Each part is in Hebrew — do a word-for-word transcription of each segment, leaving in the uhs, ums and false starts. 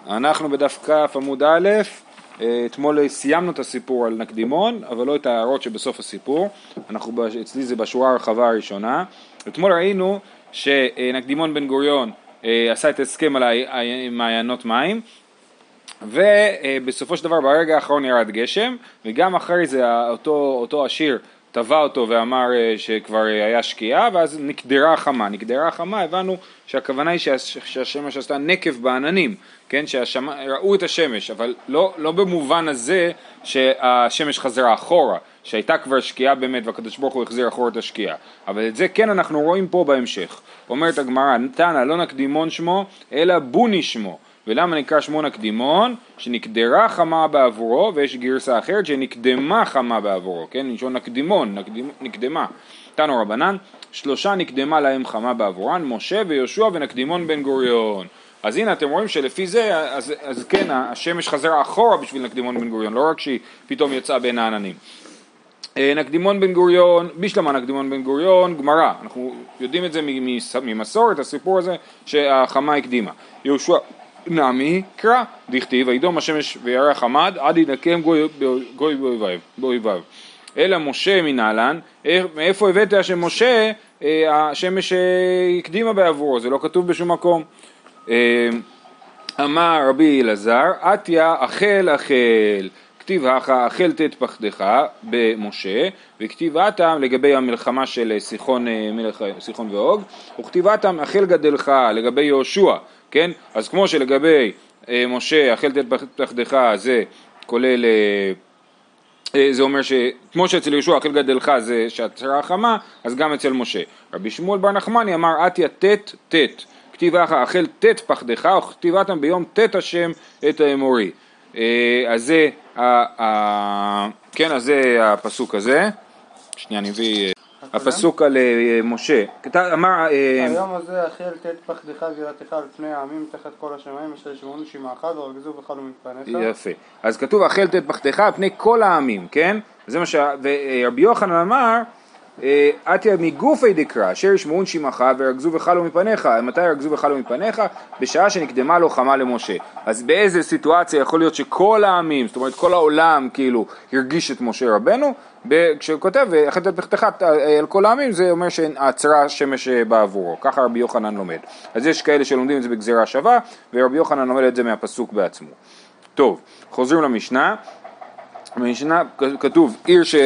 אנחנו בדף כ' עמוד א', אתמול סיימנו את הסיפור על נקדימון, אבל לא את ההערות שבסוף הסיפור. אנחנו, אצלי זה בשורה הרחבה הראשונה. אתמול ראינו שנקדימון בן גוריון עשה את הסכם על מעיינות מים, ובסופו של דבר ברגע האחרון ירד גשם, וגם אחרי זה אותו, אותו עשיר טבע אותו ואמר שכבר היה שקיעה, ואז נקדרה החמה. נקדרה החמה, הבנו שהכוונה היא שהשמש עשתה נקב בעננים, כן? שהשמש, ראו את השמש, אבל לא, לא במובן הזה שהשמש חזרה אחורה, שהייתה כבר שקיעה באמת, והקדוש ברוך הוא החזיר אחורה את השקיעה. אבל את זה כן אנחנו רואים פה בהמשך. אומרת הגמרא, תנא לא נקדימון שמו, אלא בוני שמו. ולמה נקרא שמו נקדימון? שנקדרה חמה בעבורו, ויש גרסה אחרת שנקדמה חמה בעבורו, כן? נשון נקדימון, נקדימ, נקדמה. תנו רבנן, שלושה נקדמה להם חמה בעבורן, משה ויהושע ונקדימון בן גוריון. אז הנה אתם רואים שלפי זה, אז, אז כן, השמש חזרה אחורה בשביל נקדימון בן גוריון, לא רק שהיא פתאום יצאה בין העננים. נקדימון בן גוריון, בשלמה נקדימון בן גוריון, גמרא, אנחנו יודעים את זה ממסורת, הסיפור הזה שהחמה הקדימה. יהושע נעמי קרא, דכתיב, וידום השמש וירח עמד, עד ינקם גוי, גוי באויביו. אלא משה מנהלן, מאיפה הבאת שמשה, השמש הקדימה בעבורו, זה לא כתוב בשום מקום. אמר רבי אלעזר, עתיה אכל אכל, כתיב האחה אכל תת פחדך במשה, וכתיבתם לגבי המלחמה של סיחון, מלך, סיחון ואוג, וכתיבתם אכל גדלך לגבי יהושע, כן? אז כמו שלגבי משה אכל תת פחדך זה כולל, זה אומר שכמו שאצל יהושע אכל גדלך זה שהצרה חמה, אז גם אצל משה. רבי שמואל בר נחמני אמר עתיה תת תת, כתיב האחה אכל תת פחדך, וכתיבתם ביום תת השם את האמורי. אז זה, כן, אז זה הפסוק הזה. שנייה, אני מביא הפסוק על משה. אמר, היום הזה אכל תת פחדך ויראתך על פני העמים תחת כל השמיים, אשר ישמעון נשימה אחת והרגזו וחלו מפניך. יפה. אז כתוב אכל תת פחדך על פני כל העמים, כן? זה מה ש... ורבי יוחנן אמר, עתיה מגופי דקרא, אשר ישמעון שמך וירגזו וחלו מפניך. מתי ירגזו וחלו מפניך? בשעה שנקדמה לו חמה למשה. אז באיזה סיטואציה יכול להיות שכל העמים, זאת אומרת כל העולם כאילו הרגיש את משה רבנו? כשהוא כותב אכל תת פחדך על כל העמים, זה אומר שעצרה שמש בעבורו. ככה רבי יוחנן לומד. אז יש כאלה שלומדים את זה בגזירה שווה, ורבי יוחנן לומד את זה מהפסוק בעצמו. טוב, חוזרים למשנה. במשנה כתוב עיר ש...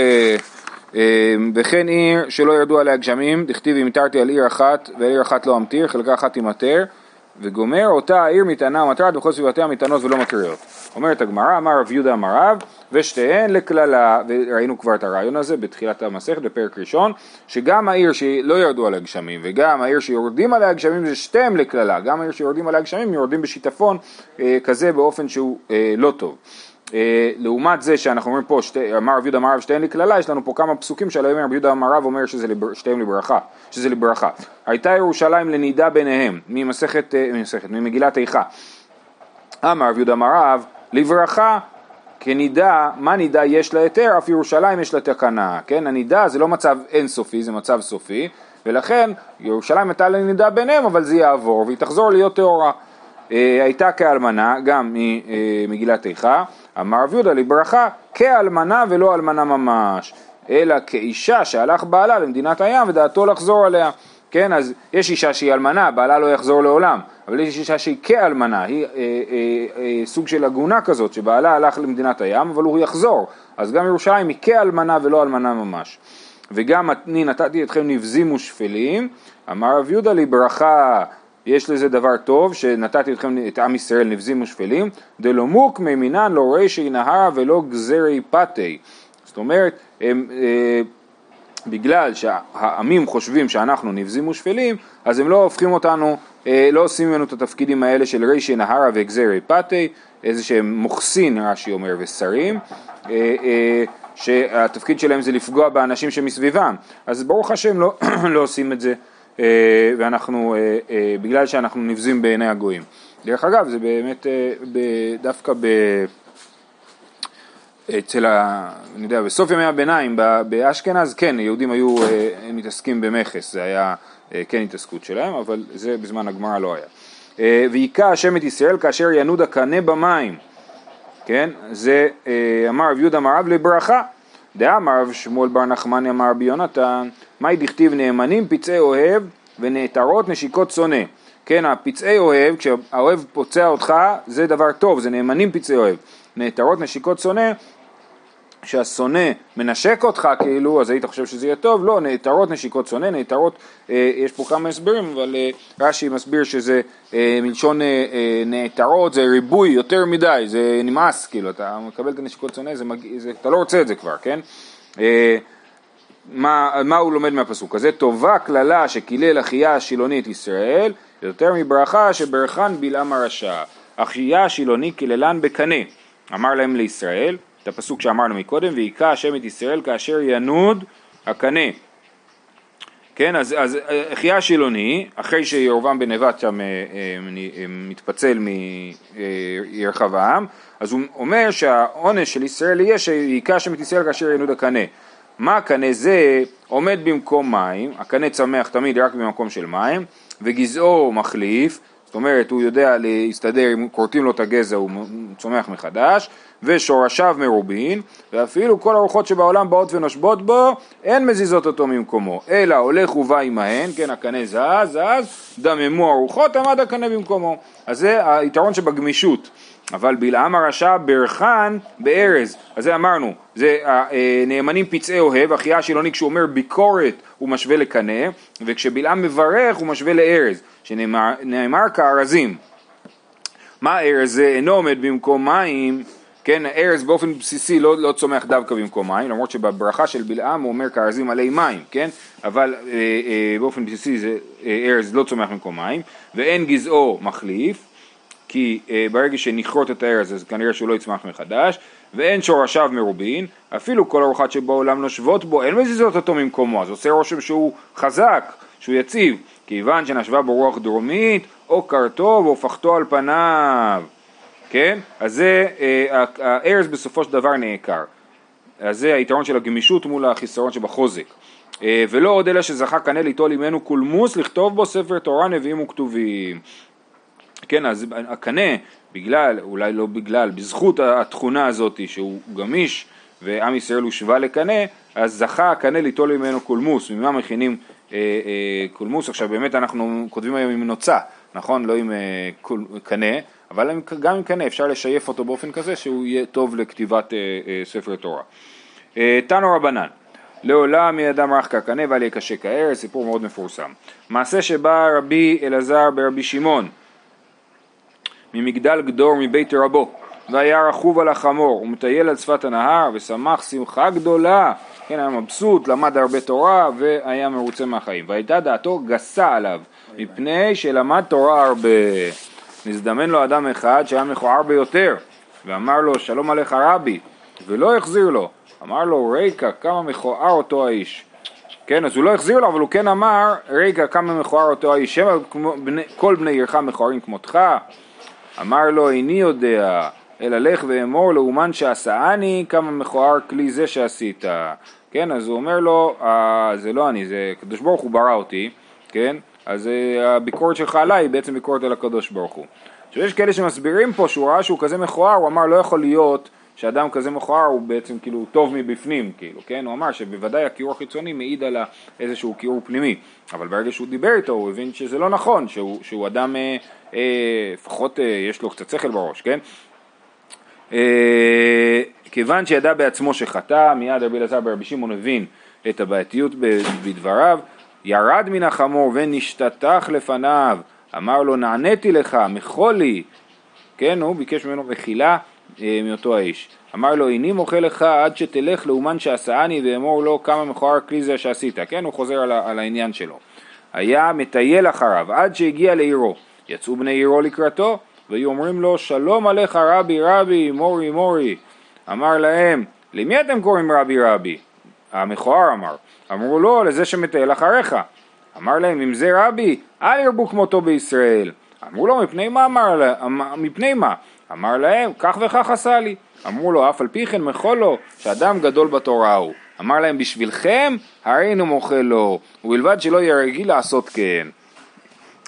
וכן עיר שלא ירדו עליה גשמים, דכתיב אם התרתי על עיר אחת ועל עיר אחת לא אמתיר, חלקה אחת תימטר, וגומר אותה העיר מטענה ומטרת וכל סביבתיה מטענות ולא מטריות. אומרת הגמרא, אמר רב יהודה אמר רב, ושתיהן לכללה, וראינו כבר את הרעיון הזה בתחילת המסכת בפרק ראשון, שגם העיר שלא ירדו עליה גשמים וגם העיר שיורדים עליה גשמים זה שתיהם לכללה, גם העיר שיורדים עליה גשמים יורדים בשיטפון אה, כזה באופן שהוא אה, לא טוב. Uh, לעומת זה שאנחנו אומרים פה שתי, אמר רב יהודה אמר רב שתיהן לכללה, יש לנו פה כמה פסוקים שעליהם רב יהודה אמר רב אומר שזה לבר, שתיהם לברכה, שזה לברכה. הייתה ירושלים לנידה ביניהם, ממסכת, ממסכת, ממגילת איכה. אמר רב יהודה אמר רב, לברכה כנידה, מה נידה יש לה היתר, אף ירושלים יש לה תקנה, כן? הנידה זה לא מצב אינסופי, זה מצב סופי, ולכן ירושלים הייתה לנידה ביניהם, אבל זה יעבור והיא תחזור להיות טהורה. Uh, הייתה כאלמנה, גם ממגילת איכה, אמר רב יהודה לברכה כאלמנה ולא אלמנה ממש, אלא כאישה שהלך בעלה למדינת הים ודעתו לחזור עליה, כן? אז יש אישה שהיא אלמנה, בעלה לא יחזור לעולם, אבל יש אישה שהיא כאלמנה, היא אה, אה, אה, סוג של הגונה כזאת, שבעלה הלך למדינת הים אבל הוא יחזור, אז גם ירושלים היא כאלמנה ולא אלמנה ממש. וגם אני נתתי אתכם נבזים ושפלים, אמר רב יהודה לברכה, יש לזה דבר טוב, שנתתי אתכם את עם ישראל נבזים ושפלים, דלא מוק מימינן לא רישי נהרה ולא גזרי פתי. זאת אומרת, הם, אה, בגלל שהעמים חושבים שאנחנו נבזים ושפלים, אז הם לא הופכים אותנו, אה, לא עושים לנו את התפקידים האלה של רישי נהרה וגזרי פתי, איזה שהם מוכסין, רש"י אומר, ושרים, אה, אה, שהתפקיד שלהם זה לפגוע באנשים שמסביבם. אז ברוך השם לא, לא עושים את זה. ואנחנו, בגלל שאנחנו נבזים בעיני הגויים. דרך אגב, זה באמת דווקא ב... אצל ה... אני יודע, בסוף ימי הביניים, באשכנז, כן, יהודים היו מתעסקים במכס, זה היה כן התעסקות שלהם, אבל זה בזמן הגמרא לא היה. ויקע השם את ישראל כאשר ינוד הקנה במים, כן, זה אמר רב יהודה מרב לברכה, דאמר רב שמואל בר נחמני אמר רבי יונתן, מהי דכתיב נאמנים פצעי אוהב ונעתרות נשיקות שונא, כן, הפצעי אוהב, כשהאוהב פוצע אותך זה דבר טוב, זה נאמנים פצעי אוהב, נעתרות נשיקות שונא, שהשונא מנשק אותך כאילו, אז היית חושב שזה יהיה טוב, לא, נעתרות נשיקות שונא, נעתרות, אה, יש פה כמה הסברים, אבל אה, רש"י מסביר שזה אה, מלשון אה, אה, נעתרות, זה ריבוי יותר מדי, זה נמאס, כאילו, אתה מקבל את הנשיקות שונא, זה מג... זה, אתה לא רוצה את זה כבר, כן? אה, מה, מה הוא לומד מהפסוק הזה? טובה כללה שקילל אחיה השילונית ישראל, יותר מברכה שברכן בלעם הרשע. אחיה השילוני קיללן בקנה, אמר להם לישראל, את הפסוק שאמרנו מקודם, ויקע השם את ישראל כאשר ינוד הקנה. כן, אז, אז אחיה השילוני, אחרי שירבעם בן נבט שם אה, אה, מתפצל מירחבעם, אז הוא אומר שהעונש של ישראל יהיה שיקע השם את ישראל כאשר ינוד הקנה. מה הקנה? זה עומד במקום מים, הקנה צמח תמיד רק במקום של מים, וגזעו מחליף, זאת אומרת הוא יודע להסתדר, אם קורטים לו את הגזע הוא צומח מחדש, ושורשיו מרובין, ואפילו כל הרוחות שבעולם באות ונושבות בו, אין מזיזות אותו ממקומו, אלא הולך ובא עמהן, כן, הקנה זז, זז, דממו הרוחות, עמד הקנה במקומו. אז זה היתרון שבגמישות. אבל בלעם הרשע ברכן בארז, אז זה אמרנו, זה נאמנים פצעי אוהב, אחיה השילוני כשהוא אומר ביקורת הוא משווה לקנה, וכשבלעם מברך הוא משווה לארז, שנאמר כארזים. מה ארז? זה אינו עומד במקום מים, כן, ארז באופן בסיסי לא, לא צומח דווקא במקום מים, למרות שבברכה של בלעם הוא אומר כארזים עלי מים, כן, אבל אה, אה, באופן בסיסי זה אה, ארז לא צומח במקום מים, ואין גזעו מחליף, כי אה, ברגע שנכרות את הארז אז כנראה שהוא לא יצמח מחדש, ואין שורשיו מרובין, אפילו כל ארוחות שבעולם נושבות בו, אין מזיזות אותו ממקומו, אז עושה רושם שהוא חזק, שהוא יציב, כיוון שנשבה בו רוח דרומית, או קרתו והופכתו על פניו, כן? אז זה, אה, הארז בסופו של דבר נעקר, אז זה היתרון של הגמישות מול החיסרון שבחוזק, אה, ולא עוד אלא שזכה קנה ליטול ממנו קולמוס, לכתוב בו ספר תורה נביאים וכתובים. כן, אז הקנה, בגלל, אולי לא בגלל, בזכות התכונה הזאת שהוא גמיש ועם ישראל הוא שווה לקנה, אז זכה הקנה ליטול ממנו קולמוס. ממה מכינים אה, אה, קולמוס? עכשיו באמת אנחנו כותבים היום עם נוצה, נכון? לא עם אה, קול, קנה, אבל גם עם קנה אפשר לשייף אותו באופן כזה שהוא יהיה טוב לכתיבת אה, אה, ספר תורה. אה, תנו רבנן, לעולם ידם רך כקנה ועל יהיה קשה כארז, סיפור מאוד מפורסם. מעשה שבא רבי אלעזר ברבי שמעון, ממגדל גדור מבית רבו, והיה רכוב על החמור, ומטייל על שפת הנהר, ושמח שמחה גדולה, כן, היה מבסוט, למד הרבה תורה, והיה מרוצה מהחיים. והייתה דעתו גסה עליו, מפני שלמד תורה הרבה. נזדמן לו אדם אחד שהיה מכוער ביותר, ואמר לו, שלום עליך רבי, ולא החזיר לו. אמר לו, ריקה, כמה מכוער אותו האיש. כן, אז הוא לא החזיר לו, אבל הוא כן אמר, ריקה, כמה מכוער אותו האיש. שמה כל בני עירך מכוערים כמותך. אמר לו, איני יודע, אלא לך ואמור לאומן שעשאני, כמה מכוער כלי זה שעשית. כן, אז הוא אומר לו, זה לא אני, זה הקדוש ברוך הוא ברא אותי, כן, אז הביקורת שלך עליי היא בעצם ביקורת על הקדוש ברוך הוא. עכשיו יש כאלה שמסבירים פה שהוא ראה שהוא כזה מכוער, הוא אמר לא יכול להיות שאדם כזה מכוער הוא בעצם כאילו טוב מבפנים, כאילו, כן, הוא אמר שבוודאי הקירור החיצוני מעיד על איזשהו קירור פנימי, אבל ברגע שהוא דיבר איתו הוא הבין שזה לא נכון, שהוא, שהוא אדם, אה, אה, לפחות אה, יש לו קצת שכל בראש, כן, אה, כיוון שידע בעצמו שחטא, מיד רבי אלעזר ברבי שמעון הבין את הבעייתיות בדבריו, ירד מן החמור ונשתטח לפניו, אמר לו נעניתי לך, מחול לי, כן, הוא ביקש ממנו מחילה אה, מאותו האיש, אמר לו איני מוחה לך עד שתלך לאומן שעשאני ואמור לו כמה מכוער כלי זה שעשית, כן, הוא חוזר על, על העניין שלו, היה מטייל אחריו עד שהגיע לעירו, יצאו בני עירו לקראתו והיו אומרים לו שלום עליך רבי רבי מורי מורי, אמר להם למי אתם קוראים רבי רבי? המכוער אמר, אמרו לו לזה שמטייל אחריך, אמר להם אם זה רבי אל ירבו כמותו בישראל, אמרו לו מפני מה אמר, מפני מה? אמר להם כך וכך עשה לי, אמרו לו אף על פי כן מחול לו שאדם גדול בתורה הוא, אמר להם בשבילכם הרינו מוכל לו ובלבד שלא יהיה רגיל לעשות כן.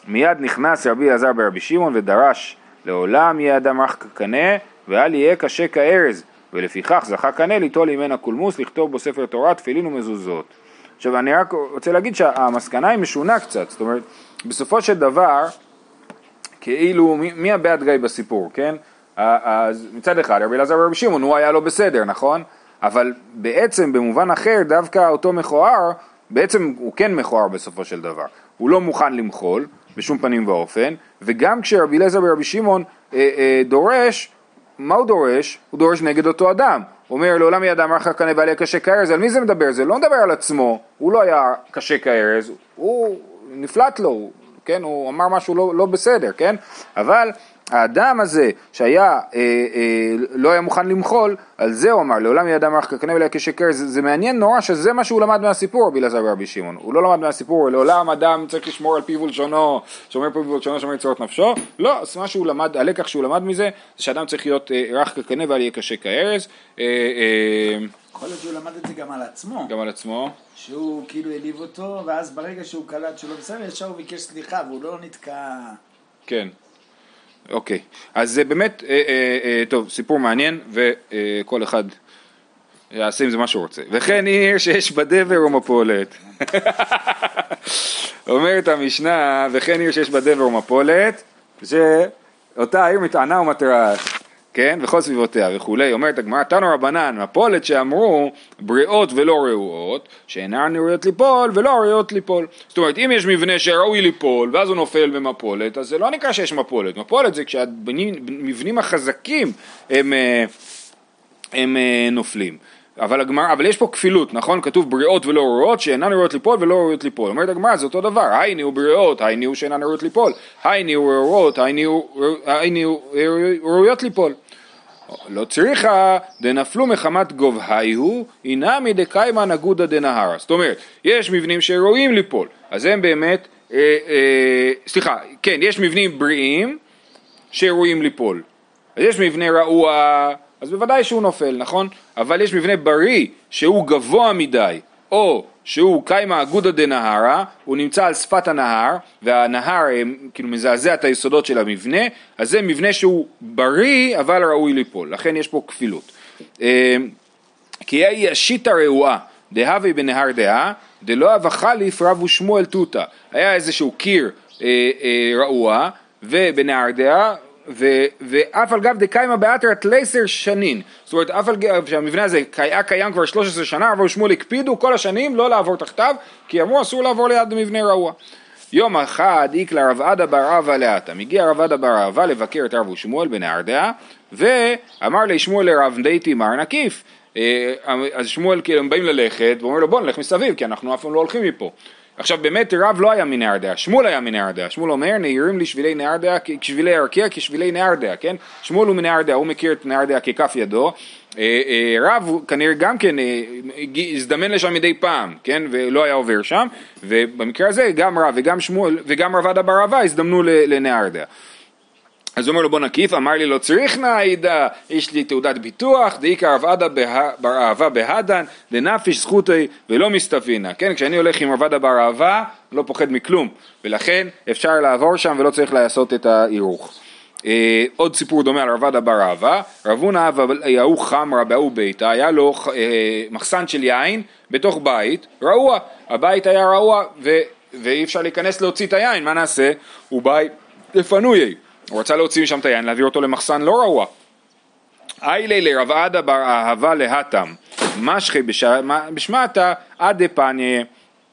מיד נכנס רבי אלעזר ברבי שמעון ודרש לעולם יהיה אדם רך כקנה ואל יהיה קשה כארז, ולפיכך זכה קנה ליטול ממנה קולמוס לכתוב בו ספר תורה, תפילין ומזוזות. עכשיו אני רק רוצה להגיד שהמסקנה היא משונה קצת, זאת אומרת בסופו של דבר כאילו מי, מי הבעד גיא בסיפור, כן? אז מצד אחד רבי אלעזר ברבי שמעון הוא היה לא בסדר, נכון? אבל בעצם במובן אחר דווקא אותו מכוער, בעצם הוא כן מכוער בסופו של דבר, הוא לא מוכן למחול בשום פנים ואופן, וגם כשרבי אלעזר ברבי שמעון אה, אה, דורש, מה הוא דורש? הוא דורש נגד אותו אדם, הוא אומר לעולם יהיה אדם רך כקנה ואל יהיה קשה כארז. על מי זה מדבר? זה לא מדבר על עצמו, הוא לא היה קשה כארז, הוא נפלט לו, כן? הוא אמר משהו לא, לא בסדר, כן? אבל האדם הזה שהיה, אה, אה, לא היה מוכן למחול, על זה הוא אמר, לעולם יהיה אדם רך כקנה ואל יהיה קשה כארז. זה, זה מעניין נורא שזה מה שהוא למד מהסיפור, רבי אלעזר ברבי שמעון. הוא לא למד מהסיפור, לעולם אדם צריך לשמור על פיו ולשונו, שומר פיו ולשונו, שומר יצרות נפשו. לא, זה מה שהוא למד, הלקח שהוא למד מזה, זה שאדם צריך להיות אה, רך כקנה ואל יהיה קשה כארז. אה, אה, יכול להיות שהוא למד את זה גם על עצמו. גם על עצמו. שהוא כאילו העליב אותו, ואז ברגע שהוא קלט שהוא לא בסדר, ישר הוא ביקש סליחה, והוא לא נתקע... כן. אוקיי, אז זה באמת, אה, אה, אה, טוב, סיפור מעניין, וכל אחד יעשה עם זה מה שהוא רוצה. וכן עיר שיש בדבר ומפולת. אומרת המשנה, וכן עיר שיש בדבר ומפולת, שאותה העיר מטענה ומטרעת, כן, וכל סביבותיה וכולי. אומרת הגמרא, תנו רבנן, מפולת שאמרו בריאות ולא רעועות, שאינן ראויות ליפול ולא ראויות ליפול. זאת אומרת, אם יש מבנה שראוי ליפול, ואז הוא נופל במפולת, אז זה לא נקרא שיש מפולת. מפולת זה כשהמבנים החזקים הם, הם נופלים. אבל הגמרא, אבל יש פה כפילות, נכון? כתוב בריאות ולא ראויות, שאינן ראויות ליפול ולא ראויות ליפול. אומרת הגמרא, זה אותו דבר. הייני הוא בריאות, הייני הוא שאינן ראויות ליפול. הייני הוא ראויות, הייני הוא ראויות ליפול. לא צריכה, דנפלו מחמת גובהיהו, אינמי דקיימה נגודה דנהרה. זאת אומרת, יש מבנים שראויים ליפול, אז הם באמת, אה, אה, סליחה, כן, יש מבנים בריאים שראויים ליפול. אז יש מבנה רעוע, אז בוודאי שהוא נופל, נכון? אבל יש מבנה בריא שהוא גבוה מדי, או שהוא קיימה אגודה דנהרה, הוא נמצא על שפת הנהר, והנהר כאילו מזעזע את היסודות של המבנה, אז זה מבנה שהוא בריא אבל ראוי ליפול, לכן יש פה כפילות. כי היא השיטה רעועה, דהווי בנהר דעה, דלא אבחליף רב ושמואל תותה. היה איזשהו קיר אה, אה, רעוע, ובנהר דעה, ו- ואף על גב דקיימה באתרת לייסר שנים, זאת אומרת אף על גב שהמבנה הזה היה קיים כבר שלוש עשרה שנה, אבל שמואל הקפידו כל השנים לא לעבור תחתיו, כי אמרו אסור לעבור ליד מבנה רעוע. יום אחד איק לרב עדה בר אבא לאטם, הגיע רב עדה בר אבא לבקר את רב ושמואל בנהר דעה, ואמר לי שמואל לרב דייתי מר נקיף, אז שמואל כאילו הם באים ללכת, ואומר לו בוא נלך מסביב, כי אנחנו אף פעם לא הולכים מפה. עכשיו באמת רב לא היה מנהר דעה, שמואל היה מנהר דעה, שמואל אומר נהירים לי שבילי נהר דעה כשבילי הרקיע כשבילי נהר דעה, כן? שמואל הוא מנהר דעה, הוא מכיר את נהר דעה ככף ידו, רב כנראה גם כן הזדמן לשם מדי פעם, כן? ולא היה עובר שם, ובמקרה הזה גם רב וגם שמואל וגם רב עדה בר אבא הזדמנו לנהר דעה. אז הוא אומר לו בוא נקיף, אמר לי לא צריך נעידה, יש לי תעודת ביטוח, דאיקה רב עדה בר אהבה בהדן, דנפיש זכותי ולא מסתפינה, כן? כשאני הולך עם רב עדה בר אהבה, לא פוחד מכלום, ולכן אפשר לעבור שם ולא צריך לעשות את ההירוך. אה, עוד סיפור דומה על רב עדה בר אהבה, רבונה ההוא חמרה בהוא ביתה, היה לו אה, מחסן של יין בתוך בית, רעוע, הבית היה רעוע ו, ואי אפשר להיכנס להוציא את היין, מה נעשה? הוא בית לפנויי. הוא רצה להוציא משם את היין, להעביר אותו למחסן לא רעוע. איילי לרב עדה בר אהבה להתם, משכי בשמעתה עד דפניה.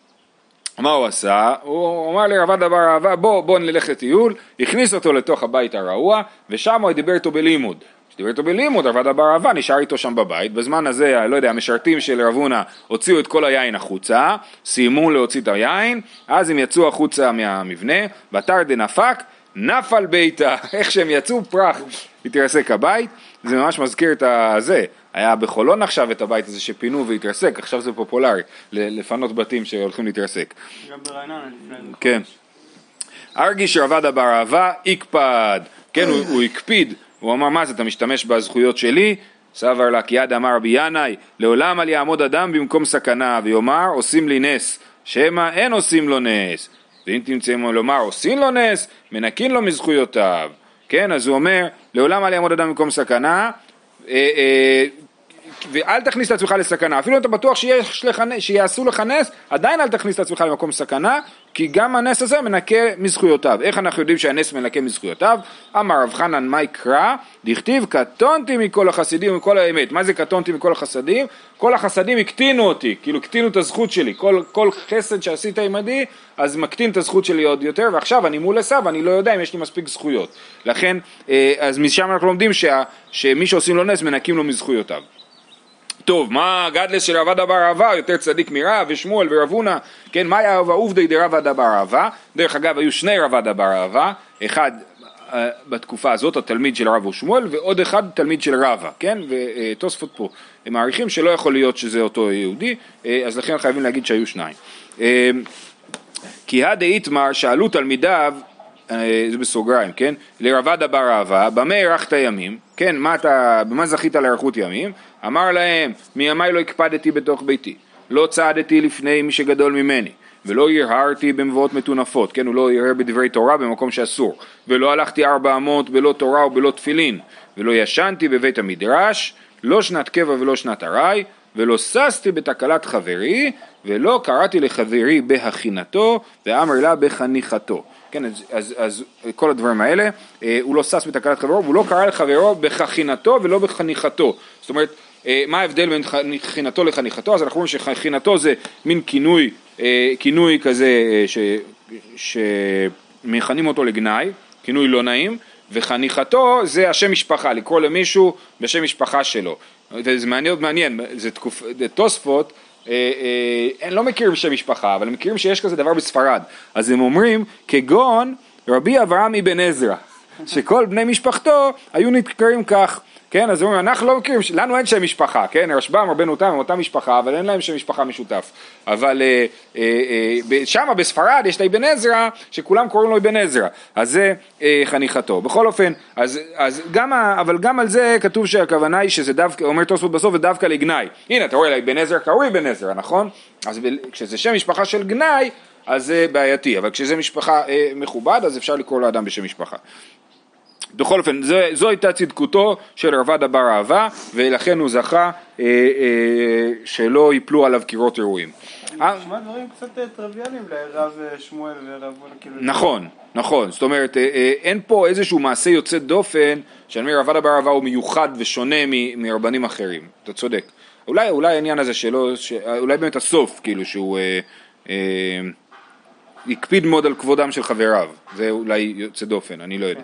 מה הוא עשה? הוא אמר לרב עדה בר אהבה, בוא, בוא נלך לטיול, הכניס אותו לתוך הבית הרעוע, ושם הוא דיבר איתו בלימוד. כשדיבר איתו בלימוד, רב עדה בר אהבה נשאר איתו שם בבית, בזמן הזה, לא יודע, המשרתים של רבונה הוציאו את כל היין החוצה, סיימו להוציא את היין, אז הם יצאו החוצה מהמבנה, בתר דנפק, נפל ביתה, איך שהם יצאו פרח, התרסק הבית, זה ממש מזכיר את הזה, היה בחולון עכשיו את הבית הזה שפינו והתרסק, עכשיו זה פופולרי, לפנות בתים שהולכים להתרסק. גם ברעננה לפני זה. כן. ארגיש רב עדה בר אהבה, יקפד, כן, הוא, הוא הקפיד, הוא אמר מה זה, אתה משתמש בזכויות שלי, סבר לה כי יד אמר רבי ינאי, לעולם על יעמוד אדם במקום סכנה, ויאמר עושים לי נס, שמה אין עושים לו נס, ואם תמצאו לומר עושים לו נס, מנקין לו מזכויותיו. כן, אז הוא אומר, לעולם אל יעמוד אדם במקום סכנה, אה, אה, ואל תכניס את עצמך לסכנה, אפילו אם אתה בטוח שיש לך, שיעשו לך נס, עדיין אל תכניס את עצמך למקום סכנה, כי גם הנס הזה מנקה מזכויותיו. איך אנחנו יודעים שהנס מנקה מזכויותיו? אמר רב חנן מה יקרא? דכתיב קטונתי מכל החסידים ומכל האמת. מה זה קטונתי מכל החסדים? כל החסדים הקטינו אותי, כאילו הקטינו את הזכות שלי, כל, כל חסד שעשית עמדי, אז מקטין את הזכות שלי עוד יותר, ועכשיו אני מול עשיו, אני לא יודע אם יש לי מספיק זכויות. לכן, אז משם אנחנו לומדים שה, שמי שעושים לו נס מנקים לו מזכויותיו. טוב, מה גדלס של רבא דבר רבא, יותר צדיק מרב ושמואל ורב הונא, כן, מה היה עובדי דרבא דבר רבא? דרך אגב, היו שני רבא דבר רבא, אחד uh, בתקופה הזאת, התלמיד של רב ושמואל, ועוד אחד תלמיד של רבא, כן, ותוספות פה, הם מעריכים שלא יכול להיות שזה אותו יהודי, uh, אז לכן חייבים להגיד שהיו שניים. Uh, כי הדאיתמר שאלו תלמידיו, זה בסוגריים, כן? לרבא דבר רבא, במה הארכת ימים? כן, מה אתה, במה זכית לאריכות ימים? אמר להם, מימי לא הקפדתי בתוך ביתי, לא צעדתי לפני מי שגדול ממני, ולא ירהרתי במבואות מטונפות, כן? הוא לא ירהר בדברי תורה במקום שאסור, ולא הלכתי ארבע אמות בלא תורה ובלא תפילין, ולא ישנתי בבית המדרש, לא שנת קבע ולא שנת ארעי, ולא ססתי בתקלת חברי, ולא קראתי לחברי בהכינתו, ואמר לה בחניכתו. כן, אז, אז, אז כל הדברים האלה, אה, הוא לא סס בתקלת חברו, והוא לא קרא לחברו בחכינתו ולא בחניכתו. זאת אומרת, אה, מה ההבדל בין חכינתו לחניכתו? אז אנחנו רואים שחכינתו זה מין כינוי, אה, כינוי כזה אה, ש, שמכנים אותו לגנאי, כינוי לא נעים, וחניכתו זה השם משפחה, לקרוא למישהו בשם משפחה שלו. וזה מעניין, מעניין, זה תקופ... זה תוספות, הם לא מכירים שם משפחה, אבל הם מכירים שיש כזה דבר בספרד. אז הם אומרים, כגון רבי אברהם אבן עזרא, שכל בני משפחתו היו נקראים כך. כן, אז הם אומרים, אנחנו לא מכירים, לנו אין שם משפחה, כן, רשב"ם, רבנו תם, הם אותה משפחה, אבל אין להם שם משפחה משותף. אבל אה, אה, אה, שמה בספרד יש את אבן עזרא, שכולם קוראים לו אבן עזרא, אז זה אה, חניכתו. בכל אופן, אז, אז גם, אבל גם על זה כתוב שהכוונה היא שזה דווקא, אומר תוספות בסוף, ודווקא לגנאי. הנה, אתה רואה, אבן עזרא קרוי אבן עזרא, נכון? אז כשזה שם משפחה של גנאי, אז זה בעייתי, אבל כשזה משפחה אה, מכובד, אז אפשר לקרוא לאדם בשם משפחה. בכל אופן, זו, זו הייתה צדקותו של רבא דבר אהבה, ולכן הוא זכה אה, אה, שלא ייפלו עליו קירות אירועים. נשמע דברים קצת טריוויאליים לרב שמואל ורב כאילו... נכון, נכון, זאת אומרת, אה, אה, אין פה איזשהו מעשה יוצא דופן, שאני אומר, רבא דבר אהבה הוא מיוחד ושונה מ, מרבנים אחרים, אתה צודק. אולי, אולי העניין הזה שלו, ש, אולי באמת הסוף, כאילו שהוא... אה, אה, יקפיד מאוד על כבודם של חבריו, זה אולי יוצא דופן, אני לא יודע.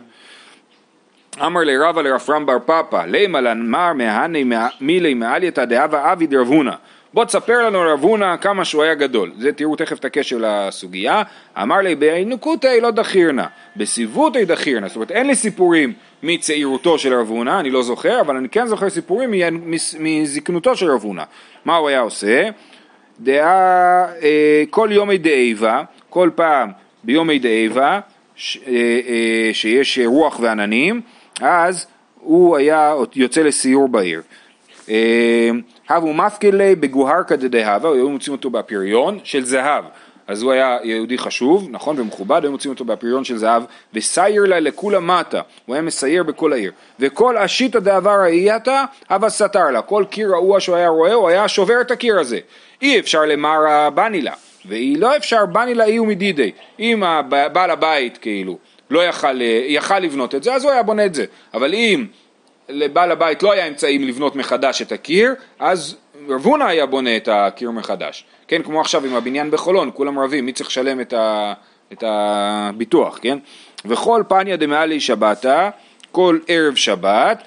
אמר לרבא לרפרם בר פאפא, לימה לנמר מהני מילי מעלייתא דהווה אבי דרב הונא. בוא תספר לנו רב הונא כמה שהוא היה גדול. זה תראו תכף את הקשר לסוגיה. אמר לי בעינוקותיה לא דחירנה, בסיבותיה דחירנה. זאת אומרת אין לי סיפורים מצעירותו של רב הונא, אני לא זוכר, אבל אני כן זוכר סיפורים מזקנותו של רב הונא. מה הוא היה עושה? דעה, כל יומי דאיבה, כל פעם ביומי דאיבה, שיש רוח ועננים, אז הוא היה יוצא לסיור בעיר. הבו מפקילי בגוהרקא דדהבה, היו מוצאים אותו בפריון של זהב, אז הוא היה יהודי חשוב, נכון ומכובד, היו מוצאים אותו בפריון של זהב, וסייר לה לכולה מטה, הוא היה מסייר בכל העיר, וכל אשיתא דעבר ראייתא, אבא סתר לה, כל קיר רעוע שהוא היה רואה, הוא היה שובר את הקיר הזה, אי אפשר למרא בני לה, והיא לא אפשר בני לה אי ומדידי, אם בעל הבית כאילו, לא יכל, יכל לבנות את זה, אז הוא היה בונה את זה, אבל אם לבעל הבית לא היה אמצעים לבנות מחדש את הקיר, אז רב הונא היה בונה את הקיר מחדש. כן, כמו עכשיו עם הבניין בחולון, כולם רבים, מי צריך לשלם את, ה, את הביטוח, כן? וכל פניה דמעלי שבתא, כל ערב שבת,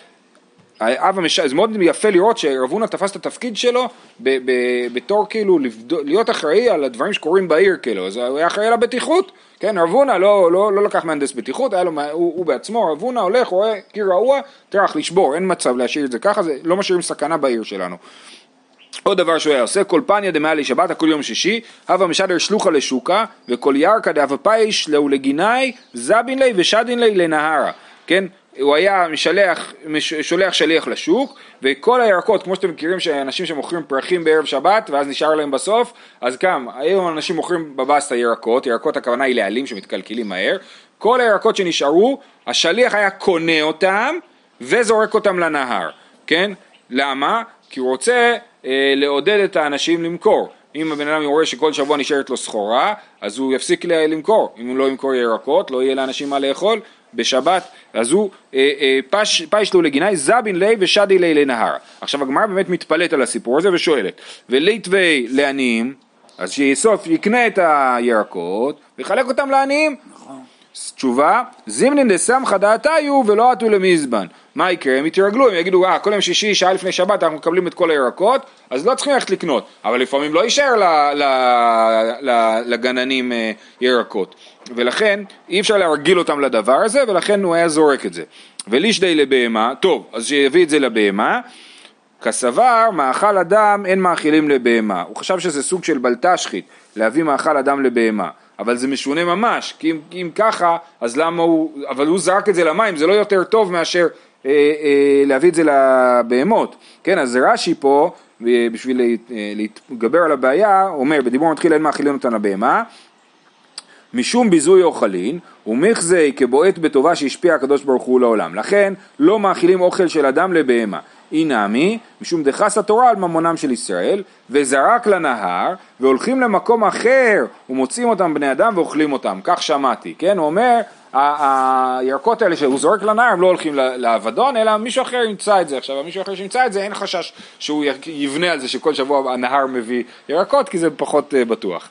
זה מאוד יפה לראות שרב הונא תפס את התפקיד שלו ב, ב, בתור כאילו להיות אחראי על הדברים שקורים בעיר כאילו, אז הוא היה אחראי על הבטיחות, כן, רב הונא לא, לא, לא לקח מהנדס בטיחות, היה לו, הוא, הוא בעצמו, רב הונא הולך, רואה קיר רעוע, תרח לשבור, אין מצב להשאיר את זה ככה, זה לא משאירים סכנה בעיר שלנו. עוד דבר שהוא היה עושה, כל פניה דמעלי שבתא, כל יום שישי, הווה משדר שלוחה לשוקה, וכל ירקא דהווה פייש לאו לגינאי, זבין לי ושדין לי לנהרה, כן, הוא היה משלח, שולח שליח לשוק, וכל הירקות, כמו שאתם מכירים שאנשים שמוכרים פרחים בערב שבת, ואז נשאר להם בסוף, אז גם, היום אנשים מוכרים בבסטה ירקות, ירקות הכוונה היא לעלים שמתקלקלים מהר, כל הירקות שנשארו, השליח היה קונה אותם, וזורק אותם לנהר, כן? למה? כי הוא רוצה אה, לעודד את האנשים למכור. אם הבן אדם יורא שכל שבוע נשארת לו סחורה, אז הוא יפסיק למכור. אם הוא לא ימכור ירקות, לא יהיה לאנשים מה לאכול בשבת, אז הוא אה, אה, פש, פש לו לגיני, זבין לי ושדי לי לנהר. עכשיו הגמרא באמת מתפלט על הסיפור הזה ושואלת, וליטווי לעניים, אז שיסוף יקנה את הירקות ויחלק אותם לעניים. נכון. תשובה, זימנין דסמכא דעתיו ולא עטו למזבן. מה יקרה? הם יתרגלו, הם יגידו, אה, כל יום שישי, שעה לפני שבת, אנחנו מקבלים את כל הירקות, אז לא צריכים ללכת לקנות, אבל לפעמים לא יישאר ל, ל, ל, לגננים ירקות, ולכן אי אפשר להרגיל אותם לדבר הזה, ולכן הוא היה זורק את זה. ולישדי לבהמה, טוב, אז שיביא את זה לבהמה, כסבר, מאכל אדם, אין מאכילים לבהמה. הוא חשב שזה סוג של בלטשחית, להביא מאכל אדם לבהמה. אבל זה משונה ממש, כי אם, אם ככה, אז למה הוא, אבל הוא זרק את זה למים, זה לא יותר טוב מאשר אה, אה, להביא את זה לבהמות, כן, אז רש"י פה, בשביל להתגבר על הבעיה, הוא אומר, בדיבור מתחיל אין מאכילים אותן לבהמה, משום ביזוי אוכלין, ומחזי כבועט בטובה שהשפיע הקדוש ברוך הוא לעולם, לכן לא מאכילים אוכל של אדם לבהמה, אינמי, משום דחס התורה על ממונם של ישראל, וזרק לנהר, והולכים למקום אחר, ומוצאים אותם בני אדם ואוכלים אותם, כך שמעתי, כן, הוא אומר, הירקות האלה שהוא זורק לנהר, הם לא הולכים לאבדון, אלא מישהו אחר ימצא את זה, עכשיו מישהו אחר שימצא את זה, אין חשש שהוא יבנה על זה, שכל שבוע הנהר מביא ירקות, כי זה פחות בטוח.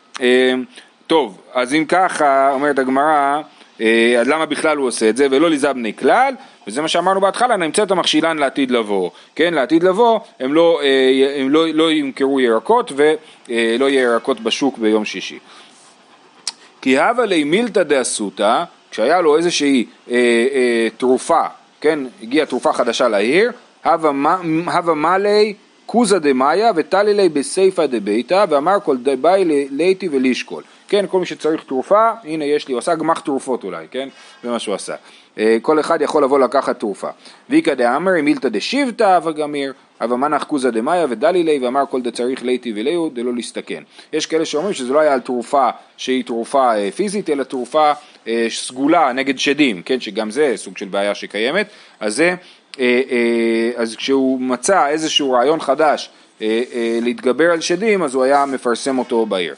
טוב, אז אם ככה, אומרת הגמרא, אז למה בכלל הוא עושה את זה, ולא לזבני כלל, וזה מה שאמרנו בהתחלה, נמצא את המכשילן לעתיד לבוא, כן, לעתיד לבוא, הם לא, הם לא, לא ימכרו ירקות, ולא יהיה ירקות בשוק ביום שישי. כי הווה לי מילתא דאסותא, כשהיה לו איזושהי אה, אה, תרופה, כן, הגיעה תרופה חדשה לעיר, הווה מלי קוזה דמאיה ותלי לי בסייפא דביתא, ואמר כל דבאי ליתי ולישקול. כן, כל מי שצריך תרופה, הנה יש לי, הוא עשה גמח תרופות אולי, כן? זה מה שהוא עשה. כל אחד יכול לבוא לקחת תרופה. ויקא דאמר, מילתא דשיבתא הווה גמיר, הווה מנח קוזה דמאיה ודלי לי, ואמר כל דצריך ליתי וליהו, דלא להסתכן. יש כאלה שאומרים שזה לא היה על תרופה שהיא תרופה פיזית, אלא תרופה סגולה נגד שדים, כן? שגם זה סוג של בעיה שקיימת. אז זה, אז כשהוא מצא איזשהו רעיון חדש להתגבר על שדים, אז הוא היה מפרסם אותו בעיר.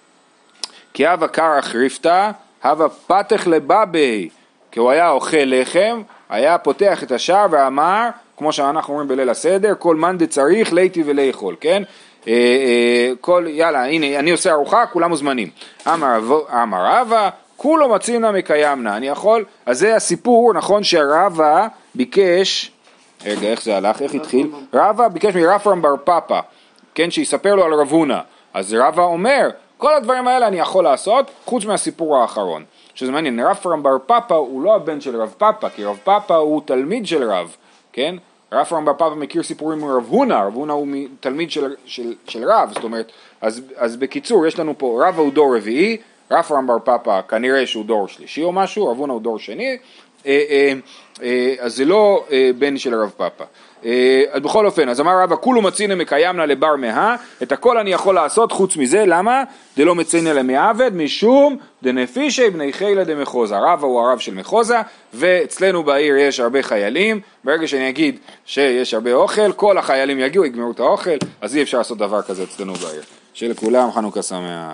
כי הווה קרח ריפתא, הווה פתח לבבי, כי הוא היה אוכל לחם, היה פותח את השער ואמר, כמו שאנחנו אומרים בליל הסדר, כל מן דצריך ליתי ולאכול, כן? אה, אה, כל, יאללה, הנה, אני עושה ארוחה, כולם מוזמנים. אמר, אמר רבא, כולו מצינה מקיימנה, אני יכול, אז זה הסיפור, נכון שהרבא ביקש, רגע, איך זה הלך, איך התחיל? רבא ביקש מרפרם בר פאפא, כן, שיספר לו על רב הונא, אז רבא אומר, כל הדברים האלה אני יכול לעשות, חוץ מהסיפור האחרון. שזה מעניין, רפרם בר פאפא הוא לא הבן של רב פאפא, כי רב פאפא הוא תלמיד של רב, כן? רפרם בר פאפא מכיר סיפורים מרב הונא, רב הונא הוא תלמיד של, של, של רב, זאת אומרת, אז, אז בקיצור, יש לנו פה, רבא הוא דור רביעי, רפרם בר פאפא כנראה שהוא דור שלישי או משהו, רב הונא הוא דור שני, אה, אה, אה, אז זה לא אה, בן של רב פאפא. אז בכל אופן, אז אמר רבא, כולו מצינה מקיימנה לבר מאה, את הכל אני יכול לעשות חוץ מזה, למה? דלא מצינה למעבד, משום דנפישי בני חילה דמחוזה. רבא הוא הרב של מחוזה, ואצלנו בעיר יש הרבה חיילים, ברגע שאני אגיד שיש הרבה אוכל, כל החיילים יגיעו, יגמרו את האוכל, אז אי אפשר לעשות דבר כזה אצלנו בעיר. שלכולם חנוכה שמח.